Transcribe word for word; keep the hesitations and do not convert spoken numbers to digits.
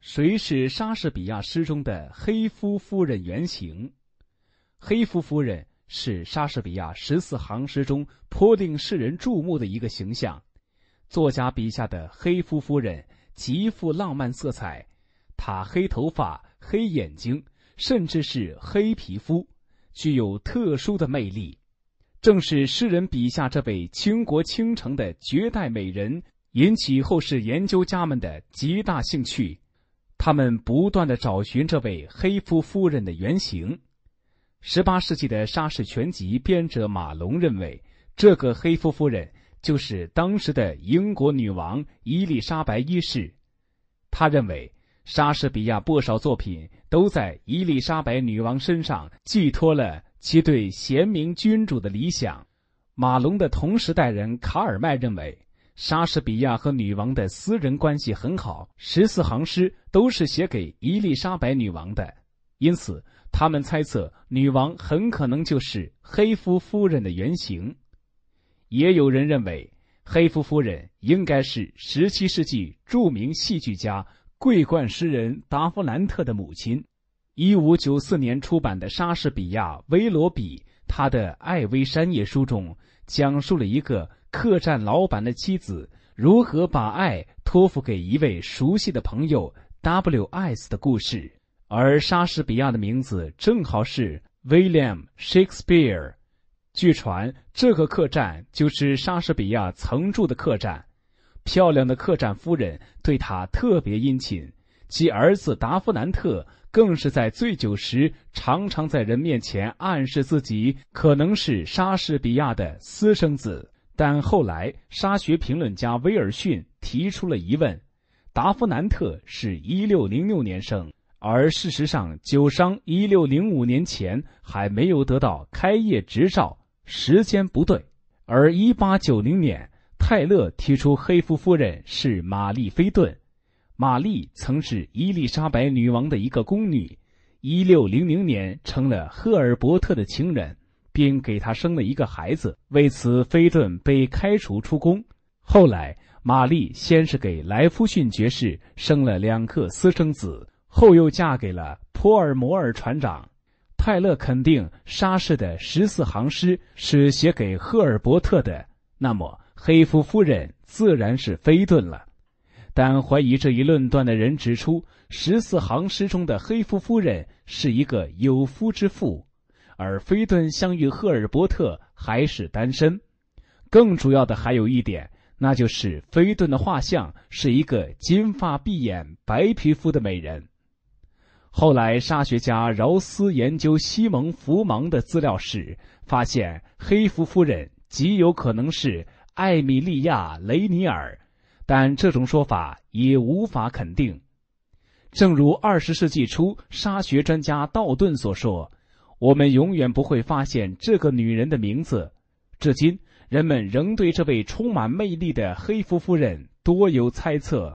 谁是莎士比亚诗中的黑夫夫人原型？黑夫夫人是莎士比亚十四行诗中颇令世人注目的一个形象。作家笔下的黑夫夫人极富浪漫色彩，她黑头发、黑眼睛，甚至是黑皮肤，具有特殊的魅力。正是诗人笔下这位倾国倾城的绝代美人，引起后世研究家们的极大兴趣。他们不断地找寻这位黑夫夫人的原型。十八世纪的莎士全集编者马龙认为，这个黑夫夫人就是当时的英国女王伊丽莎白一世。他认为，莎士比亚不少作品都在伊丽莎白女王身上寄托了其对贤明君主的理想。马龙的同时代人卡尔麦认为，莎士比亚和女王的私人关系很好，十四行诗都是写给伊丽莎白女王的，因此他们猜测女王很可能就是黑夫夫人的原型。也有人认为，黑夫夫人应该是十七世纪著名戏剧家、桂冠诗人达芙兰特的母亲。一五九四年出版的莎士比亚维罗比他的《艾薇山叶》书中，讲述了一个客栈老板的妻子如何把爱托付给一位熟悉的朋友 W S 的故事。而莎士比亚的名字正好是 William Shakespeare。据传，这个客栈就是莎士比亚曾住的客栈。漂亮的客栈夫人对他特别殷勤，其儿子达芙兰特更是在醉酒时常常在人面前暗示自己可能是莎士比亚的私生子。但后来莎学评论家威尔逊提出了疑问，达芙兰特是一六零六年生，而事实上酒商一六零五年前还没有得到开业执照，时间不对。而一八九零年泰勒提出黑夫夫人是玛丽菲顿，玛丽曾是伊丽莎白女王的一个宫女，一六零零年成了赫尔伯特的情人，并给他生了一个孩子，为此菲顿被开除出宫。后来玛丽先是给莱夫逊爵士生了两个私生子，后又嫁给了波尔摩尔船长。泰勒肯定莎士的十四行诗是写给赫尔伯特的，那么黑夫夫人自然是菲顿了。但怀疑这一论断的人指出，十四行诗中的黑夫夫人是一个有夫之妇，而菲顿相遇赫尔伯特还是单身。更主要的还有一点，那就是菲顿的画像是一个金发碧眼白皮肤的美人。后来莎学家饶斯研究西蒙福芒的资料时，发现黑夫夫人极有可能是艾米莉亚·雷尼尔，但这种说法也无法肯定。正如二十世纪初莎学专家道顿所说，我们永远不会发现这个女人的名字。至今人们仍对这位充满魅力的黑夫夫人多有猜测。